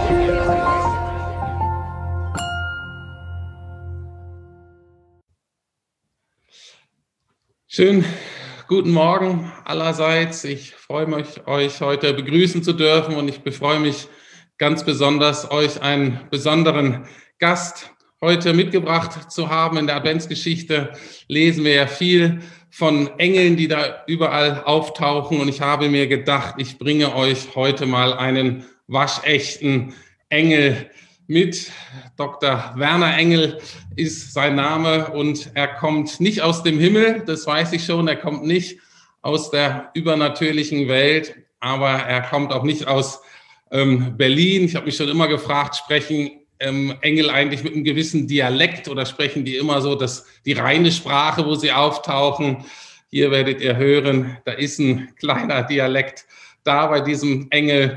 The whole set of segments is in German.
Schönen guten Morgen allerseits. Ich freue mich, euch heute begrüßen zu dürfen und ich freue mich ganz besonders, euch einen besonderen Gast heute mitgebracht zu haben. In der Adventsgeschichte lesen wir ja viel von Engeln, die da überall auftauchen und ich habe mir gedacht, ich bringe euch heute mal einen waschechten Engel mit. Dr. Werner Engel ist sein Name und er kommt nicht aus dem Himmel, das weiß ich schon, er kommt nicht aus der übernatürlichen Welt, aber er kommt auch nicht aus Berlin. Ich habe mich schon immer gefragt, sprechen Engel eigentlich mit einem gewissen Dialekt oder sprechen die immer so die reine Sprache, wo sie auftauchen? Hier werdet ihr hören, da ist ein kleiner Dialekt da bei diesem Engel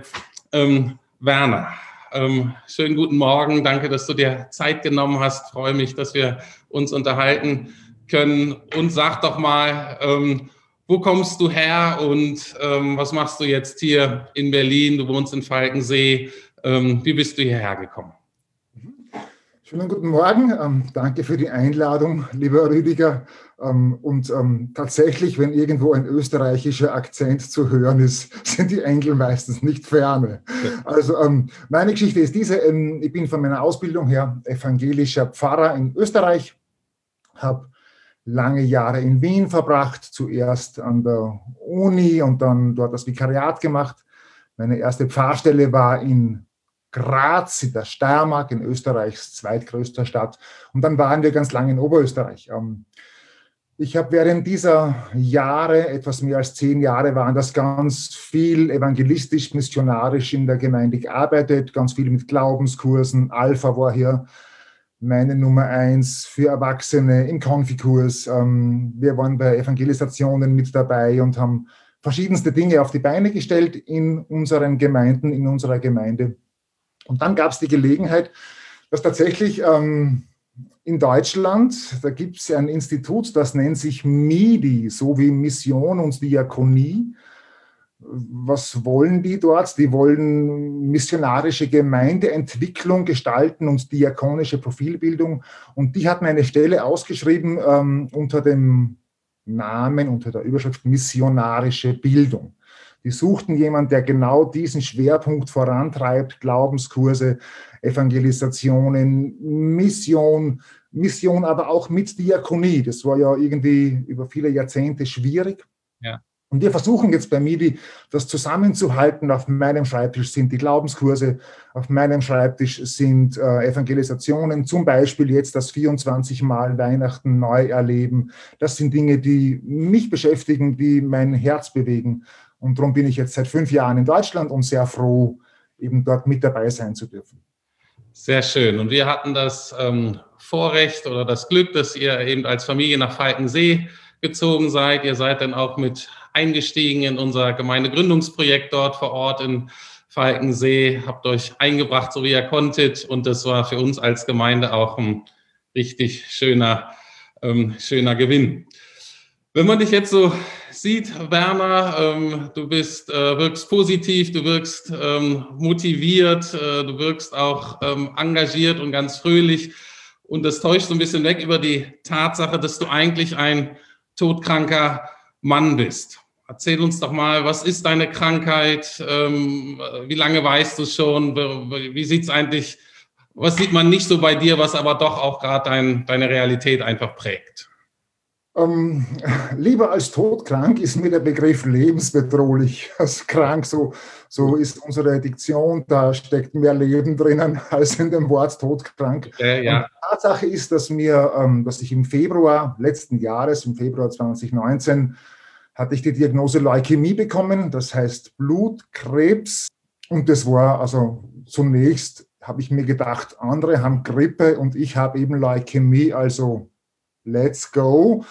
Werner. Schönen guten Morgen, danke, dass du dir Zeit genommen hast. Freue mich, dass wir uns unterhalten können. Und sag doch mal, wo kommst du her und was machst du jetzt hier in Berlin? Du wohnst in Falkensee. Wie bist du hierher gekommen? Schönen guten Morgen. Danke für die Einladung, lieber Rüdiger. Tatsächlich, wenn irgendwo ein österreichischer Akzent zu hören ist, sind die Engel meistens nicht ferne. Also meine Geschichte ist diese. Ich bin von meiner Ausbildung her evangelischer Pfarrer in Österreich, habe lange Jahre in Wien verbracht, zuerst an der Uni und dann dort das Vikariat gemacht. Meine erste Pfarrstelle war in Graz, in der Steiermark, in Österreichs zweitgrößter Stadt. Und dann waren wir ganz lange in Oberösterreich. Ich habe während dieser Jahre, etwas mehr als 10 Jahre waren das, ganz viel evangelistisch, missionarisch in der Gemeinde gearbeitet, ganz viel mit Glaubenskursen. Alpha war hier meine Nummer 1 für Erwachsene im Konfikurs. Wir waren bei Evangelisationen mit dabei und haben verschiedenste Dinge auf die Beine gestellt in unseren Gemeinden, in unserer Gemeinde. Und dann gab es die Gelegenheit, dass tatsächlich in Deutschland, da gibt es ein Institut, das nennt sich MIDI, so wie Mission und Diakonie. Was wollen die dort? Die wollen missionarische Gemeindeentwicklung gestalten und diakonische Profilbildung. Und die hatten eine Stelle ausgeschrieben unter dem Namen, unter der Überschrift missionarische Bildung. Die suchten jemanden, der genau diesen Schwerpunkt vorantreibt, Glaubenskurse, Evangelisationen, Mission, aber auch mit Diakonie. Das war ja irgendwie über viele Jahrzehnte schwierig. Ja. Und wir versuchen jetzt bei MIDI, das zusammenzuhalten. Auf meinem Schreibtisch sind die Glaubenskurse, auf meinem Schreibtisch sind Evangelisationen, zum Beispiel jetzt das 24 Mal Weihnachten neu erleben. Das sind Dinge, die mich beschäftigen, die mein Herz bewegen. Und darum bin ich jetzt seit 5 Jahren in Deutschland und sehr froh, eben dort mit dabei sein zu dürfen. Sehr schön. Und wir hatten das Vorrecht oder das Glück, dass ihr eben als Familie nach Falkensee gezogen seid. Ihr seid dann auch mit eingestiegen in unser Gemeindegründungsprojekt dort vor Ort in Falkensee, habt euch eingebracht, so wie ihr konntet. Und das war für uns als Gemeinde auch ein richtig schöner Gewinn. Wenn man dich jetzt so sieht, Werner, du wirkst positiv, du wirkst motiviert, du wirkst auch engagiert und ganz fröhlich. Und das täuscht so ein bisschen weg über die Tatsache, dass du eigentlich ein todkranker Mann bist. Erzähl uns doch mal, was ist deine Krankheit? Wie lange weißt du schon? Wie sieht's eigentlich? Was sieht man nicht so bei dir, was aber doch auch gerade deine Realität einfach prägt? Lieber als todkrank ist mir der Begriff lebensbedrohlich als krank. So ist unsere Diktion, da steckt mehr Leben drinnen als in dem Wort todkrank. Ja. Und die Tatsache ist, dass ich im Februar letzten Jahres, im Februar 2019, hatte ich die Diagnose Leukämie bekommen, das heißt Blutkrebs. Und das war, also zunächst habe ich mir gedacht, andere haben Grippe und ich habe eben Leukämie, also let's go.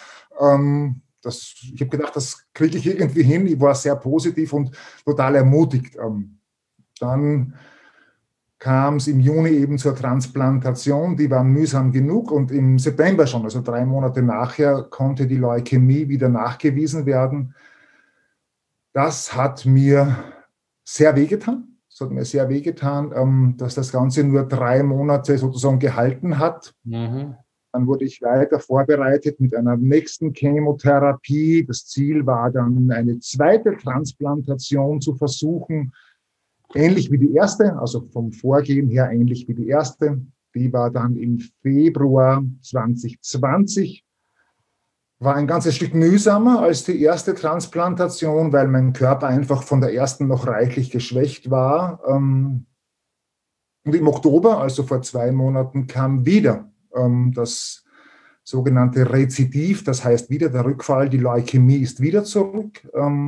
Ich habe gedacht, das kriege ich irgendwie hin. Ich war sehr positiv und total ermutigt. Dann kam es im Juni eben zur Transplantation. Die war mühsam genug und im September schon, also 3 Monate nachher, konnte die Leukämie wieder nachgewiesen werden. Das hat mir sehr wehgetan. Es hat mir sehr wehgetan, dass das Ganze nur 3 Monate sozusagen gehalten hat. Mhm. Dann wurde ich weiter vorbereitet mit einer nächsten Chemotherapie. Das Ziel war dann, eine zweite Transplantation zu versuchen, ähnlich wie die erste, also vom Vorgehen her ähnlich wie die erste. Die war dann im Februar 2020. War ein ganzes Stück mühsamer als die erste Transplantation, weil mein Körper einfach von der ersten noch reichlich geschwächt war. Und im Oktober, also vor 2 Monaten, kam wieder das sogenannte Rezidiv, das heißt wieder der Rückfall, die Leukämie ist wieder zurück.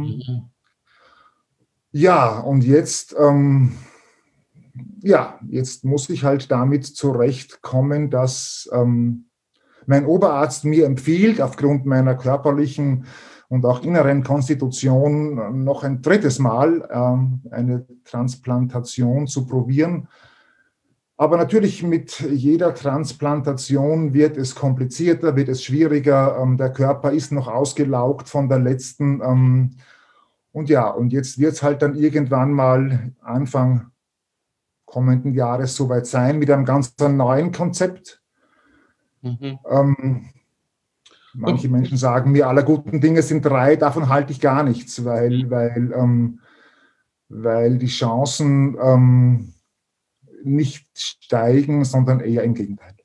Ja, und jetzt, jetzt muss ich halt damit zurechtkommen, dass mein Oberarzt mir empfiehlt, aufgrund meiner körperlichen und auch inneren Konstitution noch ein drittes Mal eine Transplantation zu probieren. Aber natürlich mit jeder Transplantation wird es komplizierter, wird es schwieriger. Der Körper ist noch ausgelaugt von der letzten. Und ja, und jetzt wird es halt dann irgendwann mal Anfang kommenden Jahres soweit sein mit einem ganz neuen Konzept. Manche Menschen sagen mir, aller guten Dinge sind 3, davon halte ich gar nichts, weil die Chancen nicht steigen, sondern eher im Gegenteil.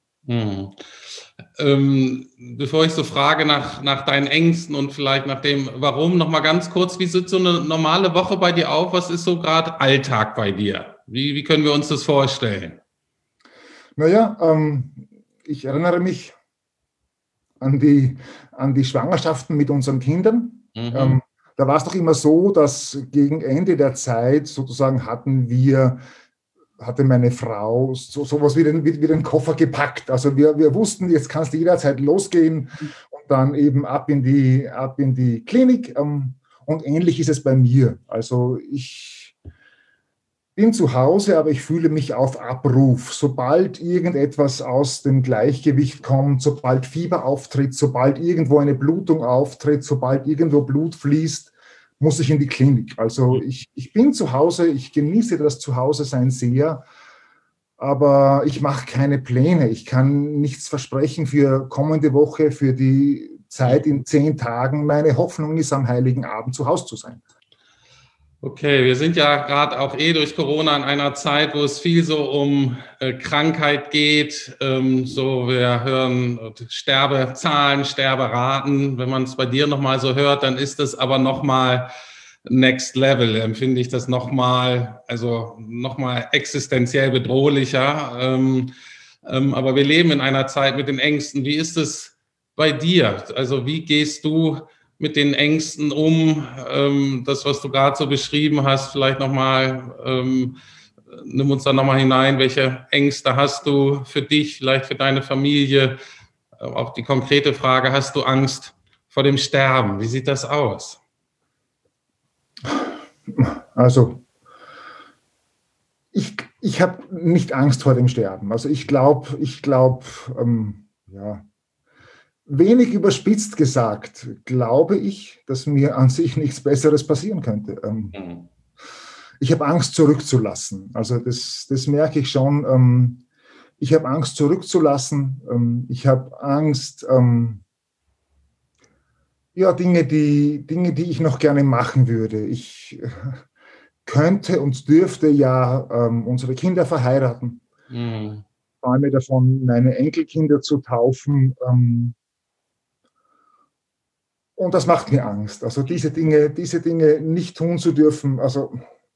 Bevor ich so frage nach deinen Ängsten und vielleicht nach dem Warum, noch mal ganz kurz, wie sieht so eine normale Woche bei dir auf? Was ist so gerade Alltag bei dir? Wie können wir uns das vorstellen? Naja, ich erinnere mich an die Schwangerschaften mit unseren Kindern. Da war es doch immer so, dass gegen Ende der Zeit sozusagen hatte meine Frau sowas wie den Koffer gepackt. Also wir wussten, jetzt kannst du jederzeit losgehen und dann eben ab in die Klinik. Und ähnlich ist es bei mir. Also ich bin zu Hause, aber ich fühle mich auf Abruf. Sobald irgendetwas aus dem Gleichgewicht kommt, sobald Fieber auftritt, sobald irgendwo eine Blutung auftritt, sobald irgendwo Blut fließt, muss ich in die Klinik. Also ich bin zu Hause, ich genieße das Zuhause-Sein sehr, aber ich mache keine Pläne. Ich kann nichts versprechen für kommende Woche, für die Zeit in 10 Tagen. Meine Hoffnung ist, am Heiligen Abend zu Hause zu sein. Okay, wir sind ja gerade auch durch Corona in einer Zeit, wo es viel so um Krankheit geht. Wir hören Sterbezahlen, Sterberaten. Wenn man es bei dir nochmal so hört, dann ist das aber nochmal Next Level. Empfinde ich das nochmal existenziell bedrohlicher. Aber wir leben in einer Zeit mit den Ängsten. Wie ist es bei dir? Also wie gehst du mit den Ängsten das, was du gerade so beschrieben hast, vielleicht nochmal, nimm uns da nochmal hinein, welche Ängste hast du für dich, vielleicht für deine Familie? Auch die konkrete Frage, hast du Angst vor dem Sterben? Wie sieht das aus? Also, ich habe nicht Angst vor dem Sterben. Also ich glaube, wenig überspitzt gesagt, glaube ich, dass mir an sich nichts Besseres passieren könnte. Ich habe Angst, zurückzulassen. Also das merke ich schon. Ich habe Angst, zurückzulassen. Ich habe Angst, Dinge, die ich noch gerne machen würde. Ich könnte und dürfte ja unsere Kinder verheiraten. Träume davon, meine Enkelkinder zu taufen. Und das macht mir Angst. Also diese Dinge nicht tun zu dürfen, also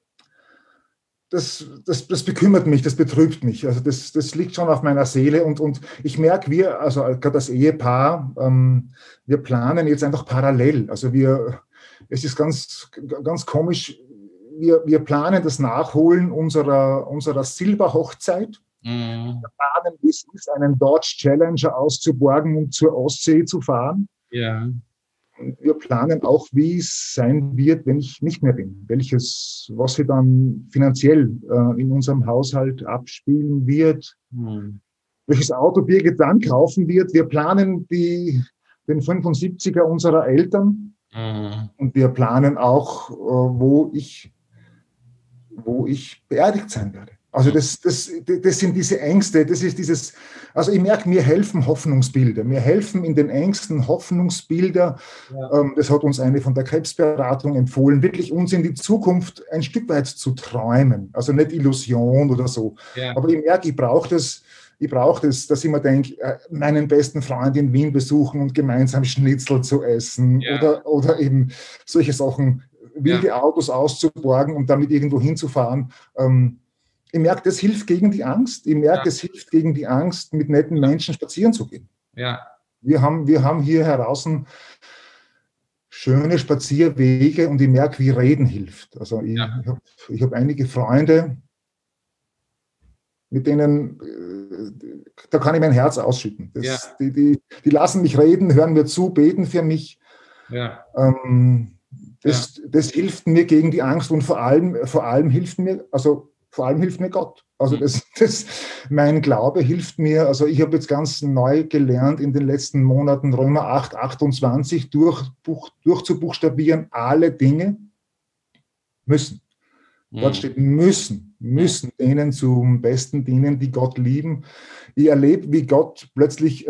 das bekümmert mich, das betrübt mich. Also das liegt schon auf meiner Seele und ich merke, gerade das Ehepaar, wir planen jetzt einfach parallel. Also es ist ganz, ganz komisch, wir planen das Nachholen unserer Silberhochzeit. Wir planen, wie es ist, einen Dodge Challenger auszuborgen und zur Ostsee zu fahren. Ja. Wir planen auch, wie es sein wird, wenn ich nicht mehr bin. Was wir dann finanziell in unserem Haushalt abspielen wird. Welches Auto Birgit dann kaufen wird. Wir planen den 75er unserer Eltern. Und wir planen auch, wo ich wo ich beerdigt sein werde. Also das sind diese Ängste, das ist dieses, also ich merke, mir helfen Hoffnungsbilder, mir helfen in den Ängsten Hoffnungsbilder. Ja. Das hat uns eine von der Krebsberatung empfohlen, wirklich uns in die Zukunft ein Stück weit zu träumen, also nicht Illusion oder so. Ja. Aber ich merke, ich brauche das, dass ich mir denke, meinen besten Freund in Wien besuchen und gemeinsam Schnitzel zu essen, Ja. oder eben solche Sachen, wilde Autos auszuborgen und damit irgendwo hinzufahren. Ich merke, das hilft gegen die Angst. Ich merke, es hilft gegen die Angst, mit netten Menschen spazieren zu gehen. Ja. Wir haben hier draußen schöne Spazierwege und ich merke, wie Reden hilft. Also ich hab einige Freunde, mit denen, da kann ich mein Herz ausschütten. Die lassen mich reden, hören mir zu, beten für mich. Ja. Das hilft mir gegen die Angst und vor allem hilft mir Gott. Also mein Glaube hilft mir. Also ich habe jetzt ganz neu gelernt in den letzten Monaten Römer 8, 28 durchzubuchstabieren, alle Dinge müssen. Dort steht müssen denen zum Besten dienen, die Gott lieben. Ich erlebe, wie Gott plötzlich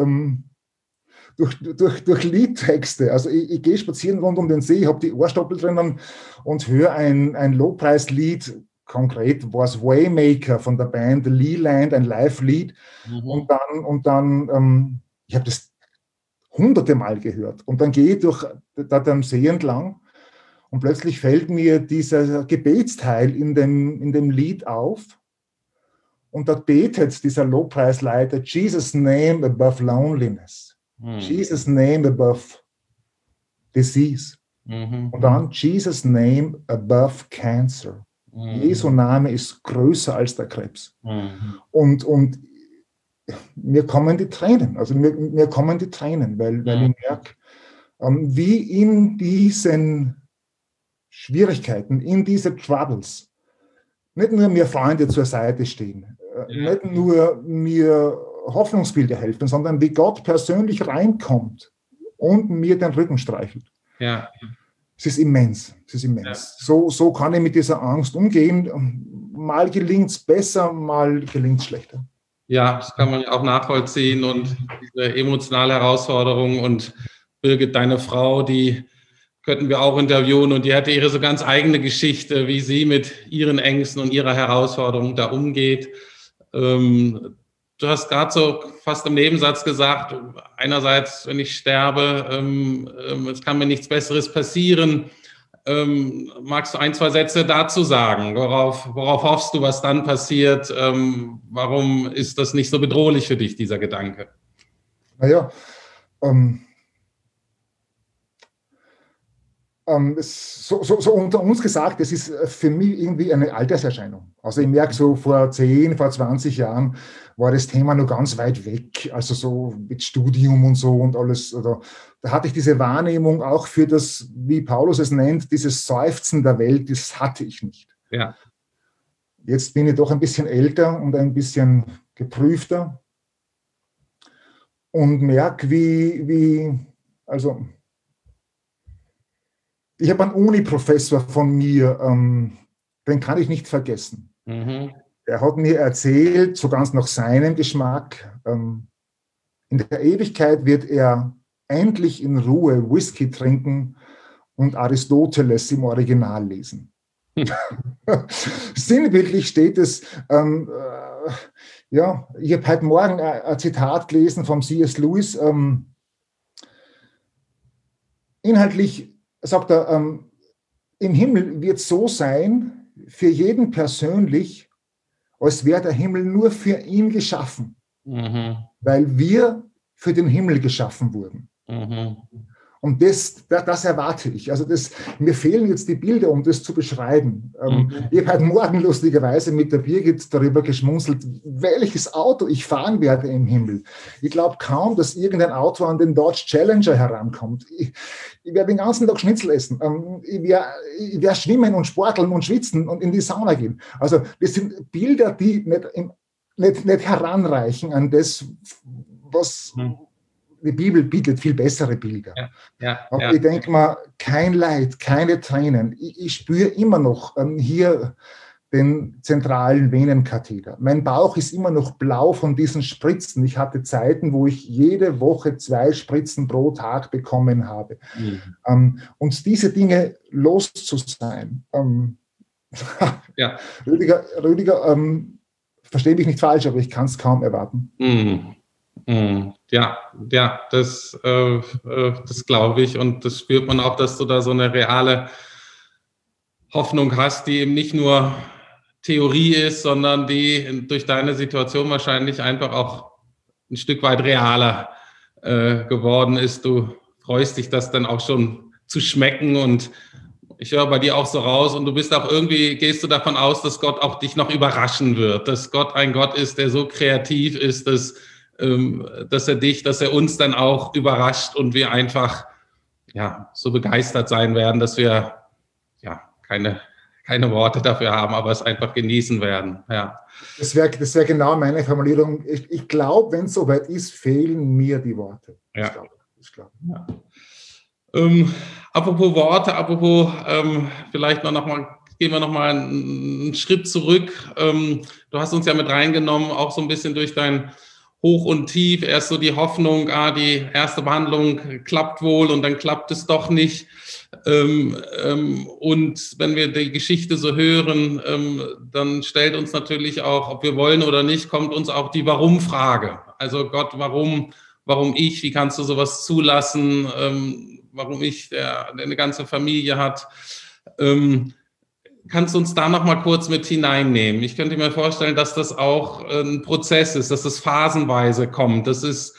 durch Liedtexte, also ich gehe spazieren rund um den See, ich habe die Ohrstoppel drinnen und höre ein Lobpreislied, konkret war es Waymaker von der Band Leland, ein Live-Lied, und dann ich habe das hunderte Mal gehört und dann gehe ich durch am See entlang und plötzlich fällt mir dieser Gebetsteil in dem Lied auf und dort betet dieser Lobpreisleiter Jesus' name above loneliness. Jesus' name above disease. Und dann Jesus' name above cancer. Jesu Name ist größer als der Krebs. Und mir kommen die Tränen. Also mir kommen die Tränen, weil ich merke, wie in diesen Schwierigkeiten, in diese Troubles, nicht nur mir Freunde zur Seite stehen, nicht nur mir Hoffnungsbilder helfen, sondern wie Gott persönlich reinkommt und mir den Rücken streichelt. Ja. Es ist immens. Es ist immens. Ja. So kann ich mit dieser Angst umgehen. Mal gelingt es besser, mal gelingt es schlechter. Ja, das kann man auch nachvollziehen und diese emotionale Herausforderung. Und Birgit, deine Frau, die könnten wir auch interviewen und die hatte ihre so ganz eigene Geschichte, wie sie mit ihren Ängsten und ihrer Herausforderung da umgeht. Du hast gerade so fast im Nebensatz gesagt, einerseits, wenn ich sterbe, es kann mir nichts Besseres passieren. Magst du ein, zwei Sätze dazu sagen? Worauf hoffst du, was dann passiert? Warum ist das nicht so bedrohlich für dich, dieser Gedanke? Naja, so unter uns gesagt, das ist für mich irgendwie eine Alterserscheinung. Also ich merke so vor 10, vor 20 Jahren war das Thema noch ganz weit weg, also so mit Studium und so und alles. Oder, da hatte ich diese Wahrnehmung auch für das, wie Paulus es nennt, dieses Seufzen der Welt, das hatte ich nicht. Ja. Jetzt bin ich doch ein bisschen älter und ein bisschen geprüfter und merke, also ich habe einen Uni-Professor von mir, den kann ich nicht vergessen. Er hat mir erzählt, so ganz nach seinem Geschmack, in der Ewigkeit wird er endlich in Ruhe Whisky trinken und Aristoteles im Original lesen. Sinnbildlich steht es, ich habe heute Morgen ein Zitat gelesen vom C.S. Lewis, inhaltlich sagt er, im Himmel wird es so sein, für jeden persönlich, als wäre der Himmel nur für ihn geschaffen, weil wir für den Himmel geschaffen wurden. Und das erwarte ich. Also mir fehlen jetzt die Bilder, um das zu beschreiben. Ich habe heute Morgen lustigerweise mit der Birgit darüber geschmunzelt, welches Auto ich fahren werde im Himmel. Ich glaube kaum, dass irgendein Auto an den Dodge Challenger herankommt. Ich werde den ganzen Tag Schnitzel essen. Ich werde schwimmen und sporteln und schwitzen und in die Sauna gehen. Also das sind Bilder, die nicht heranreichen an das, was... Die Bibel bietet viel bessere Bilder. Aber ich denke mal, kein Leid, keine Tränen. Ich spüre immer noch hier den zentralen Venenkatheter. Mein Bauch ist immer noch blau von diesen Spritzen. Ich hatte Zeiten, wo ich jede Woche 2 Spritzen pro Tag bekommen habe. Und diese Dinge los zu sein. Ja. Rüdiger, verstehe mich nicht falsch, aber ich kann es kaum erwarten. Ja, das glaube ich, und das spürt man auch, dass du da so eine reale Hoffnung hast, die eben nicht nur Theorie ist, sondern die durch deine Situation wahrscheinlich einfach auch ein Stück weit realer geworden ist. Du freust dich, das dann auch schon zu schmecken, und ich höre bei dir auch so raus, und du bist auch irgendwie, gehst du davon aus, dass Gott auch dich noch überraschen wird, dass Gott ein Gott ist, der so kreativ ist, dass er uns dann auch überrascht und wir einfach so begeistert sein werden, dass wir keine Worte dafür haben, aber es einfach genießen werden. Ja. Das wär genau meine Formulierung. Ich glaube, wenn es soweit ist, fehlen mir die Worte. Ja. Ich glaube. Ja. Apropos Worte, vielleicht gehen wir noch mal einen Schritt zurück. Du hast uns ja mit reingenommen, auch so ein bisschen durch dein Hoch und Tief. Erst so die Hoffnung, die erste Behandlung klappt wohl, und dann klappt es doch nicht. Und wenn wir die Geschichte so hören, dann stellt uns natürlich auch, ob wir wollen oder nicht, kommt uns auch die Warum-Frage. Also Gott, warum ich? Wie kannst du sowas zulassen? Warum ich, der eine ganze Familie hat? Kannst du uns da noch mal kurz mit hineinnehmen? Ich könnte mir vorstellen, dass das auch ein Prozess ist, dass es phasenweise kommt. Das ist,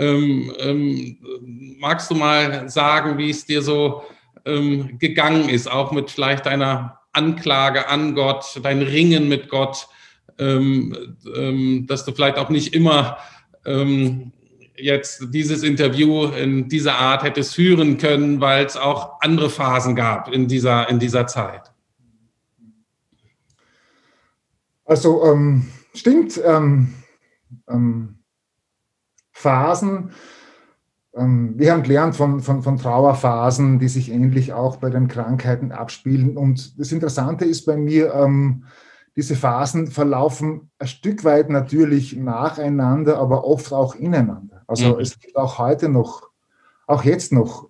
magst du mal sagen, wie es dir so gegangen ist, auch mit vielleicht deiner Anklage an Gott, dein Ringen mit Gott, dass du vielleicht auch nicht immer jetzt dieses Interview in dieser Art hättest führen können, weil es auch andere Phasen gab in dieser Zeit. Also stimmt, Phasen. Wir haben gelernt von Trauerphasen, die sich ähnlich auch bei den Krankheiten abspielen. Und das Interessante ist bei mir, diese Phasen verlaufen ein Stück weit natürlich nacheinander, aber oft auch ineinander. Also es gibt auch heute noch, auch jetzt noch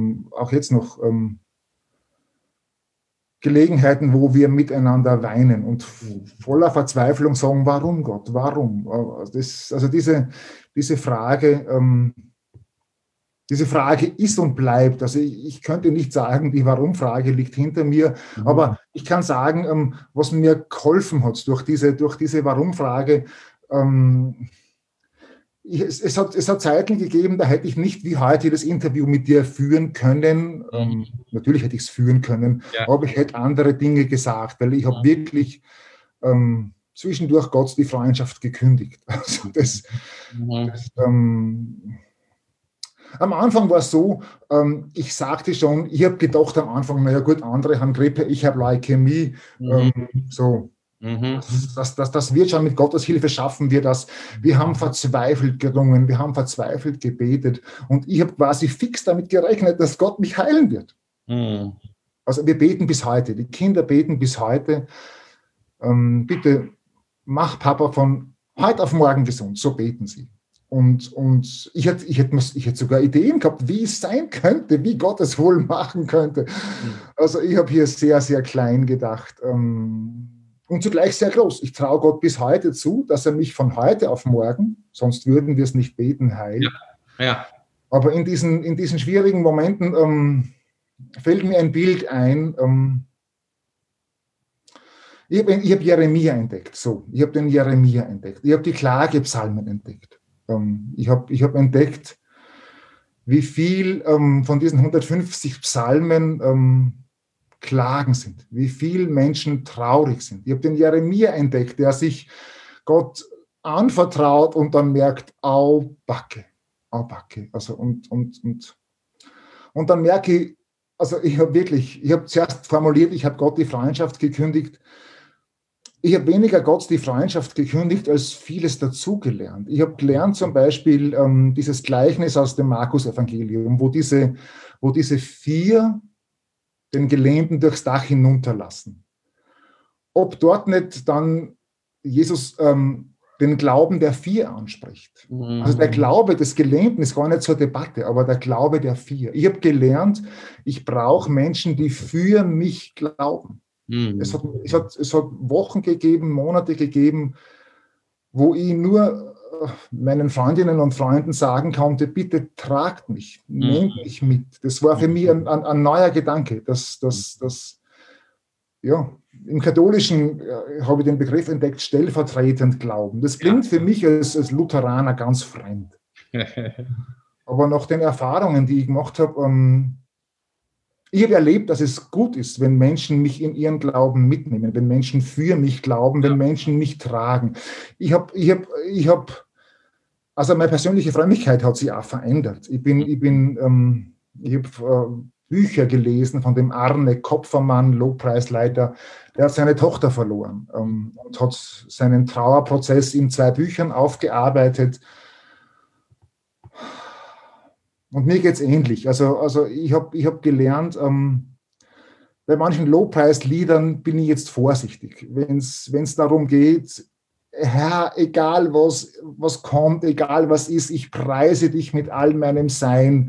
Gelegenheiten, wo wir miteinander weinen und voller Verzweiflung sagen, warum Gott, warum? Also diese Frage ist und bleibt. Also ich könnte nicht sagen, die Warum-Frage liegt hinter mir, aber ich kann sagen, was mir geholfen hat durch diese Warum-Frage. Es hat Zeiten gegeben, da hätte ich nicht wie heute das Interview mit dir führen können. Natürlich hätte ich es führen können, aber ich hätte andere Dinge gesagt, weil ich habe wirklich zwischendurch Gott die Freundschaft gekündigt. Also am Anfang war es so, ich sagte schon, ich habe gedacht am Anfang, naja gut, andere haben Grippe, ich habe Leukämie, so. Das wird schon, mit Gottes Hilfe schaffen wir das. Wir haben verzweifelt gerungen, wir haben verzweifelt gebetet, und ich habe quasi fix damit gerechnet, dass Gott mich heilen wird. Also wir beten bis heute, die Kinder beten bis heute, bitte mach Papa von heute auf morgen gesund, so beten sie. Und ich hätte sogar Ideen gehabt, wie es sein könnte, wie Gott es wohl machen könnte. Also ich habe hier sehr, sehr klein gedacht und zugleich sehr groß. Ich traue Gott bis heute zu, dass er mich von heute auf morgen, sonst würden wir es nicht beten, heilt. Ja. Aber in diesen schwierigen Momenten fällt mir ein Bild ein. Ich habe Jeremia entdeckt. Ich habe den Jeremia entdeckt. Ich habe die Klagepsalmen entdeckt. Ich hab entdeckt, wie viel von diesen 150 Psalmen Klagen sind, wie viele Menschen traurig sind. Ich habe den Jeremia entdeckt, der sich Gott anvertraut und dann merkt, au Backe. Also und dann merke ich, also ich habe zuerst formuliert, ich habe Gott die Freundschaft gekündigt. Ich habe weniger Gott die Freundschaft gekündigt, als vieles dazugelernt. Ich habe gelernt zum Beispiel dieses Gleichnis aus dem Markus-Evangelium, wo diese 4 den Gelähmten durchs Dach hinunterlassen. ob dort nicht dann Jesus den Glauben der Vier anspricht. Also der Glaube des Gelähmten ist gar nicht zur Debatte, aber der Glaube der Vier. Ich habe gelernt, ich brauche Menschen, die für mich glauben. Es hat Wochen gegeben, Monate gegeben, wo ich nur meinen Freundinnen und Freunden sagen konnte, bitte tragt mich, nehmt mich mit. Das war für mich ein neuer Gedanke. Ja, im Katholischen habe ich den Begriff entdeckt, stellvertretend glauben. Das klingt für mich als Lutheraner ganz fremd. Aber nach den Erfahrungen, die ich gemacht habe, ich habe erlebt, dass es gut ist, wenn Menschen mich in ihren Glauben mitnehmen, wenn Menschen für mich glauben, wenn Menschen mich tragen. Also meine persönliche Frömmigkeit hat sich auch verändert. Ich habe Bücher gelesen von dem Arne Kopfermann, Lobpreisleiter, der hat seine Tochter verloren und hat seinen Trauerprozess in 2 Büchern aufgearbeitet. Und mir geht es ähnlich. Also ich hab gelernt, bei manchen Lobpreisliedern bin ich jetzt vorsichtig. Wenn es darum geht, Herr, egal was kommt, egal was ist, ich preise dich mit all meinem Sein.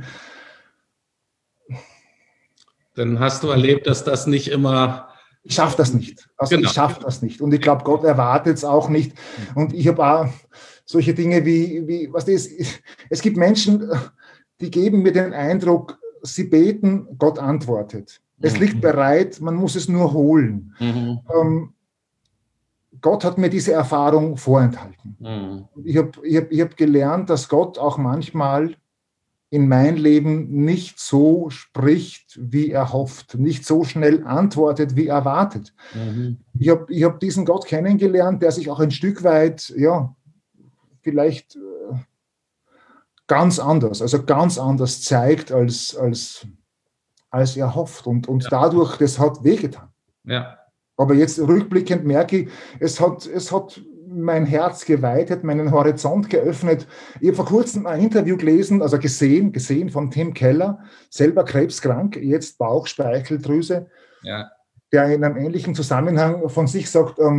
Dann hast du erlebt, dass das nicht immer... Ich schaffe das nicht. Ich schaffe das nicht. Und ich glaube, Gott erwartet es auch nicht. Und ich habe auch solche Dinge wie was das ist. Es gibt Menschen, die geben mir den Eindruck, sie beten, Gott antwortet. Es liegt bereit, man muss es nur holen. Gott hat mir diese Erfahrung vorenthalten. Ich hab gelernt, dass Gott auch manchmal in mein Leben nicht so spricht, wie er hofft, nicht so schnell antwortet, wie erwartet. Ich hab diesen Gott kennengelernt, der sich auch ein Stück weit, vielleicht ganz anders zeigt, als er hofft. Und dadurch, das hat wehgetan. Ja. Aber jetzt rückblickend merke ich, es hat mein Herz geweitet, meinen Horizont geöffnet. Ich habe vor kurzem ein Interview gelesen, also gesehen von Tim Keller, selber krebskrank, jetzt Bauchspeicheldrüse, der in einem ähnlichen Zusammenhang von sich sagt, er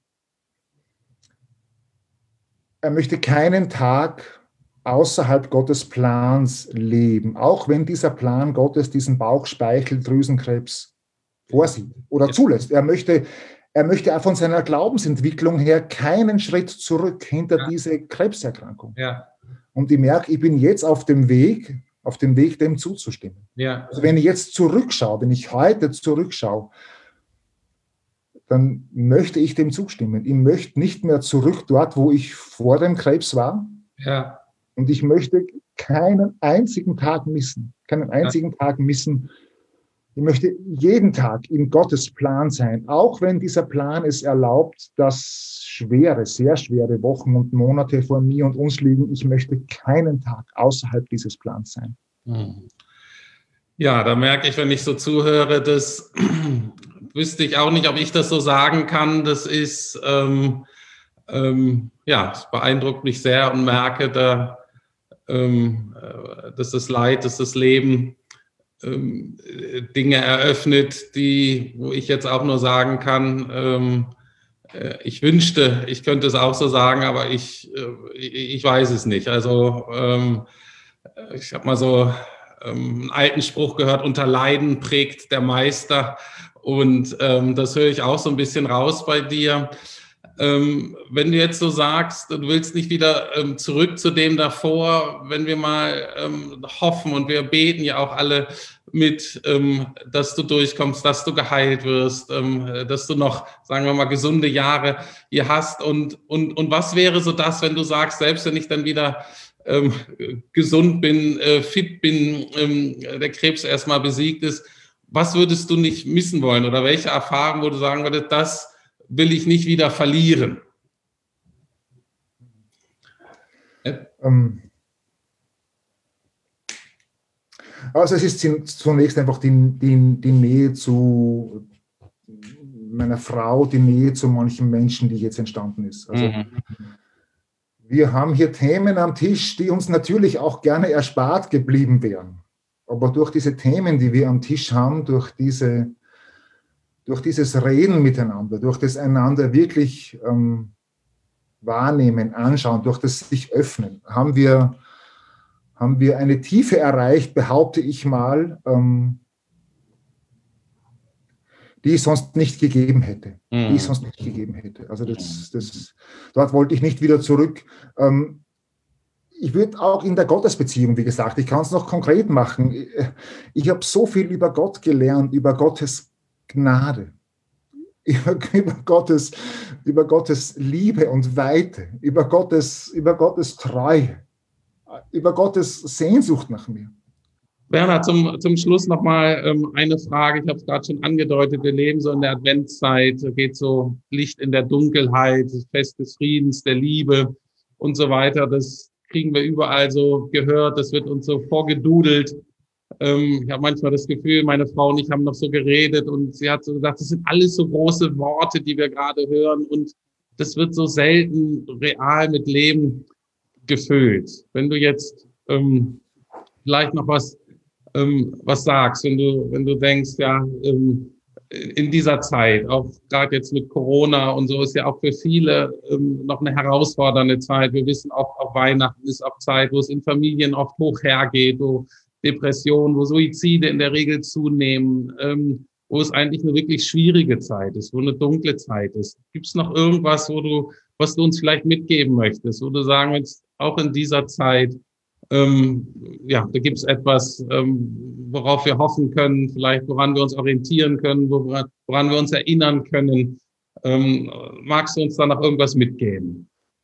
möchte keinen Tag außerhalb Gottes Plans leben, auch wenn dieser Plan Gottes diesen Bauchspeicheldrüsenkrebs vorsieht oder zulässt. Er möchte auch von seiner Glaubensentwicklung her keinen Schritt zurück hinter diese Krebserkrankung. Ja. Und ich merke, ich bin jetzt auf dem Weg, dem zuzustimmen. Ja. Also wenn ich jetzt zurückschaue, wenn ich heute zurückschaue, dann möchte ich dem zustimmen. Ich möchte nicht mehr zurück dort, wo ich vor dem Krebs war. Ja. Und ich möchte keinen einzigen Tag missen. Ich möchte jeden Tag in Gottes Plan sein, auch wenn dieser Plan es erlaubt, dass sehr schwere Wochen und Monate vor mir und uns liegen. Ich möchte keinen Tag außerhalb dieses Plans sein. Ja, da merke ich, wenn ich so zuhöre, das wüsste ich auch nicht, ob ich das so sagen kann. Das ist, es beeindruckt mich sehr und merke, dass das Leid, dass das Leben Dinge eröffnet, wo ich jetzt auch nur sagen kann, ich wünschte, ich könnte es auch so sagen, aber ich weiß es nicht. Also ich habe mal so einen alten Spruch gehört, unter Leiden prägt der Meister, und das höre ich auch so ein bisschen raus bei dir. Wenn du jetzt so sagst, du willst nicht wieder zurück zu dem davor, wenn wir mal hoffen, und wir beten ja auch alle mit, dass du durchkommst, dass du geheilt wirst, dass du noch, sagen wir mal, gesunde Jahre hier hast. Und was wäre so das, wenn du sagst, selbst wenn ich dann wieder gesund bin, fit bin, der Krebs erstmal besiegt ist, was würdest du nicht missen wollen, oder welche Erfahrung, wo du sagen würdest, das will ich nicht wieder verlieren? Also es ist zunächst einfach die Nähe zu meiner Frau, die Nähe zu manchen Menschen, die jetzt entstanden ist. Also wir haben hier Themen am Tisch, die uns natürlich auch gerne erspart geblieben wären. Aber durch diese Themen, die wir am Tisch haben, durch durch dieses Reden miteinander, durch das einander wirklich wahrnehmen, anschauen, durch das sich öffnen, haben wir eine Tiefe erreicht, behaupte ich mal, die es sonst nicht gegeben hätte. Also dort wollte ich nicht wieder zurück. Ich würde auch in der Gottesbeziehung, wie gesagt, ich kann es noch konkret machen. Ich habe so viel über Gott gelernt, über Gottes Gnade, über Gottes Liebe und Weite, über Gottes Treue, über Gottes Sehnsucht nach mir. Bernhard, zum Schluss nochmal eine Frage. Ich habe es gerade schon angedeutet. Wir leben so in der Adventszeit. Da geht so Licht in der Dunkelheit, das Fest des Friedens, der Liebe und so weiter. Das kriegen wir überall so gehört. Das wird uns so vorgedudelt. Ich habe manchmal das Gefühl, meine Frau und ich haben noch so geredet und sie hat so gesagt, das sind alles so große Worte, die wir gerade hören und das wird so selten real mit Leben gefüllt. Wenn du jetzt vielleicht noch was sagst, wenn du denkst, ja, in dieser Zeit, auch gerade jetzt mit Corona und so, ist ja auch für viele noch eine herausfordernde Zeit. Wir wissen auch Weihnachten ist auch Zeit, wo es in Familien oft hoch hergeht, wo Depressionen, wo Suizide in der Regel zunehmen, wo es eigentlich eine wirklich schwierige Zeit ist, wo eine dunkle Zeit ist. Gibt es noch irgendwas, was du uns vielleicht mitgeben möchtest, wo du sagen willst, auch in dieser Zeit, ja, da gibt es etwas, worauf wir hoffen können, vielleicht woran wir uns orientieren können, woran wir uns erinnern können. Magst du uns da noch irgendwas mitgeben?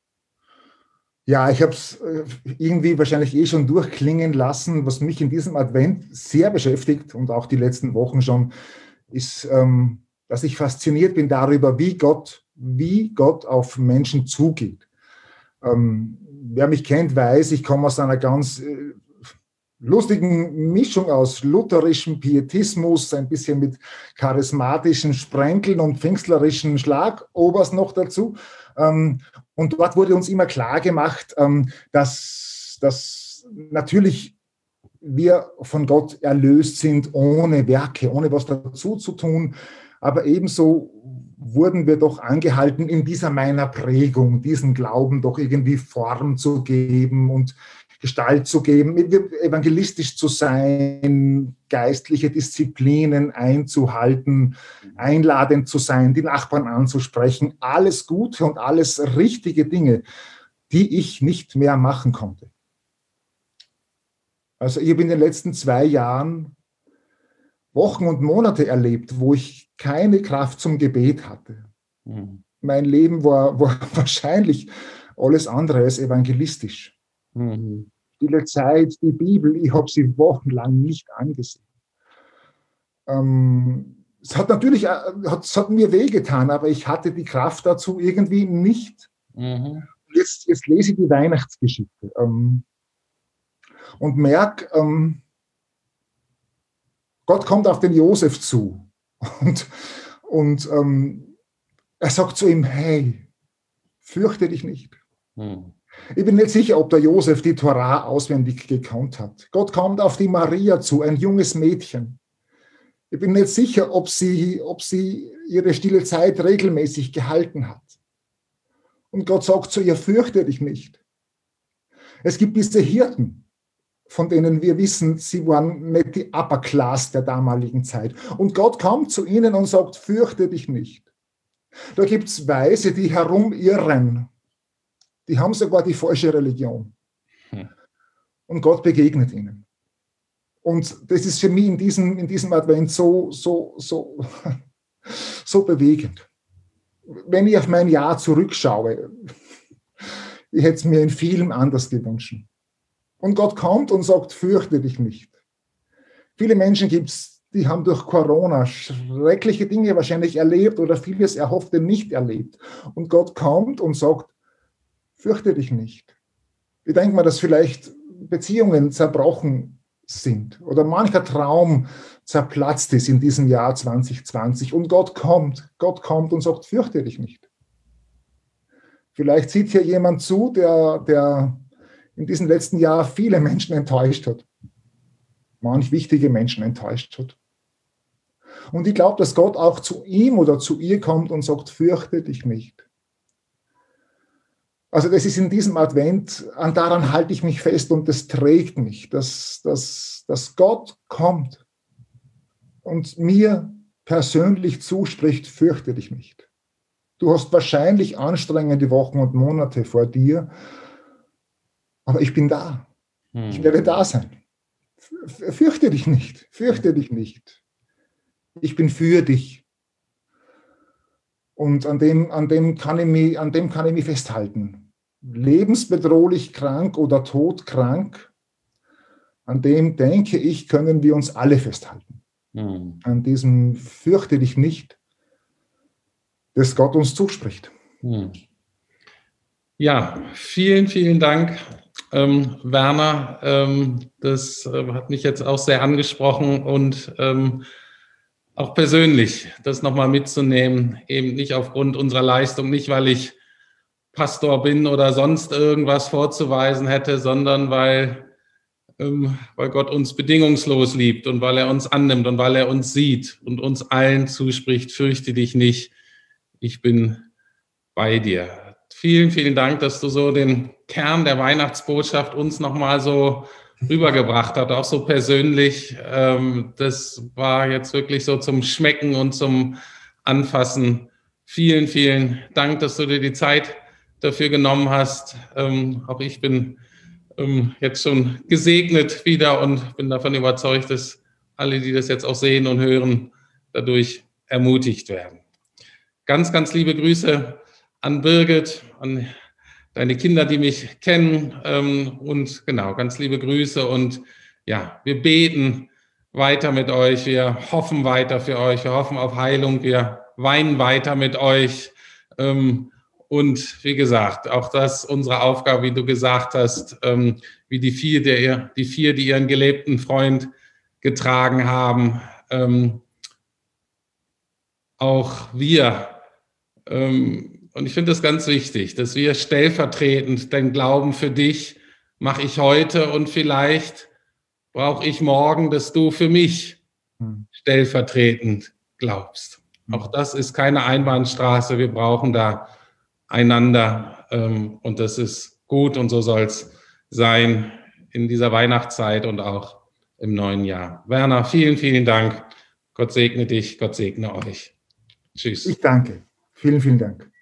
Ja, ich habe es irgendwie wahrscheinlich schon durchklingen lassen. Was mich in diesem Advent sehr beschäftigt und auch die letzten Wochen schon, ist, dass ich fasziniert bin darüber, wie Gott auf Menschen zugeht. Wer mich kennt, weiß, ich komme aus einer ganz lustigen Mischung aus lutherischem Pietismus, ein bisschen mit charismatischen Sprenkeln und pfingstlerischen Schlagobers noch dazu. Und dort wurde uns immer klar gemacht, dass natürlich wir von Gott erlöst sind, ohne Werke, ohne was dazu zu tun. Aber ebenso wurden wir doch angehalten, in dieser meiner Prägung, diesen Glauben doch irgendwie Form zu geben und Gestalt zu geben, evangelistisch zu sein, geistliche Disziplinen einzuhalten, einladend zu sein, die Nachbarn anzusprechen, alles Gute und alles richtige Dinge, die ich nicht mehr machen konnte. Also ich habe in den letzten 2 Jahren Wochen und Monate erlebt, wo ich keine Kraft zum Gebet hatte. Mhm. Mein Leben war wahrscheinlich alles andere als evangelistisch. Mhm. Stille Zeit, die Bibel, ich habe sie wochenlang nicht angesehen. Es hat natürlich hat mir wehgetan, aber ich hatte die Kraft dazu irgendwie nicht. Mhm. Jetzt lese ich die Weihnachtsgeschichte und merke, Gott kommt auf den Josef zu und er sagt zu ihm, hey, fürchte dich nicht. Mhm. Ich bin nicht sicher, ob der Josef die Tora auswendig gekannt hat. Gott kommt auf die Maria zu, ein junges Mädchen. Ich bin nicht sicher, ob sie ihre stille Zeit regelmäßig gehalten hat. Und Gott sagt zu ihr, fürchte dich nicht. Es gibt diese Hirten, von denen wir wissen, sie waren nicht die Upper Class der damaligen Zeit. Und Gott kommt zu ihnen und sagt, fürchte dich nicht. Da gibt es Weise, die herumirren. Die haben sogar die falsche Religion. Und Gott begegnet ihnen. Und das ist für mich in diesem Advent so bewegend. Wenn ich auf mein Jahr zurückschaue, ich hätte es mir in vielem anders gewünscht. Und Gott kommt und sagt, fürchte dich nicht. Viele Menschen gibt es, die haben durch Corona schreckliche Dinge wahrscheinlich erlebt oder vieles Erhoffte nicht erlebt. Und Gott kommt und sagt, fürchte dich nicht. Ich denke mal, dass vielleicht Beziehungen zerbrochen sind oder mancher Traum zerplatzt ist in diesem Jahr 2020 und Gott kommt und sagt, fürchte dich nicht. Vielleicht sieht hier jemand zu, der in diesem letzten Jahr viele Menschen enttäuscht hat, manch wichtige Menschen enttäuscht hat. Und ich glaube, dass Gott auch zu ihm oder zu ihr kommt und sagt, fürchte dich nicht. Also das ist in diesem Advent, daran halte ich mich fest und das trägt mich, dass Gott kommt und mir persönlich zuspricht, fürchte dich nicht. Du hast wahrscheinlich anstrengende Wochen und Monate vor dir, aber ich bin da. Ich werde da sein. Fürchte dich nicht, fürchte dich nicht. Ich bin für dich. Und an dem kann ich mich festhalten. Lebensbedrohlich krank oder todkrank, an dem, denke ich, können wir uns alle festhalten. An diesem fürchte dich nicht, das Gott uns zuspricht. Ja, vielen, vielen Dank, Werner. Das hat mich jetzt auch sehr angesprochen und auch persönlich das nochmal mitzunehmen, eben nicht aufgrund unserer Leistung, nicht weil ich Pastor bin oder sonst irgendwas vorzuweisen hätte, sondern weil Gott uns bedingungslos liebt und weil er uns annimmt und weil er uns sieht und uns allen zuspricht, fürchte dich nicht, ich bin bei dir. Vielen, vielen Dank, dass du so den Kern der Weihnachtsbotschaft uns nochmal so rübergebracht hast, auch so persönlich. Das war jetzt wirklich so zum Schmecken und zum Anfassen. Vielen, vielen Dank, dass du dir die Zeit dafür genommen hast. Auch ich bin jetzt schon gesegnet wieder und bin davon überzeugt, dass alle, die das jetzt auch sehen und hören, dadurch ermutigt werden. Ganz, ganz liebe Grüße an Birgit, an deine Kinder, die mich kennen, und genau, ganz liebe Grüße und ja, wir beten weiter mit euch, wir hoffen weiter für euch, wir hoffen auf Heilung, wir weinen weiter mit euch, und wie gesagt, auch das unsere Aufgabe, wie du gesagt hast, wie die vier, die ihren gelebten Freund getragen haben, auch wir, und ich finde das ganz wichtig, dass wir stellvertretend den Glauben für dich mache ich heute und vielleicht brauche ich morgen, dass du für mich stellvertretend glaubst. Auch das ist keine Einbahnstraße, wir brauchen da einander, und das ist gut und so soll es sein in dieser Weihnachtszeit und auch im neuen Jahr. Werner, vielen, vielen Dank. Gott segne dich, Gott segne euch. Tschüss. Ich danke. Vielen, vielen Dank.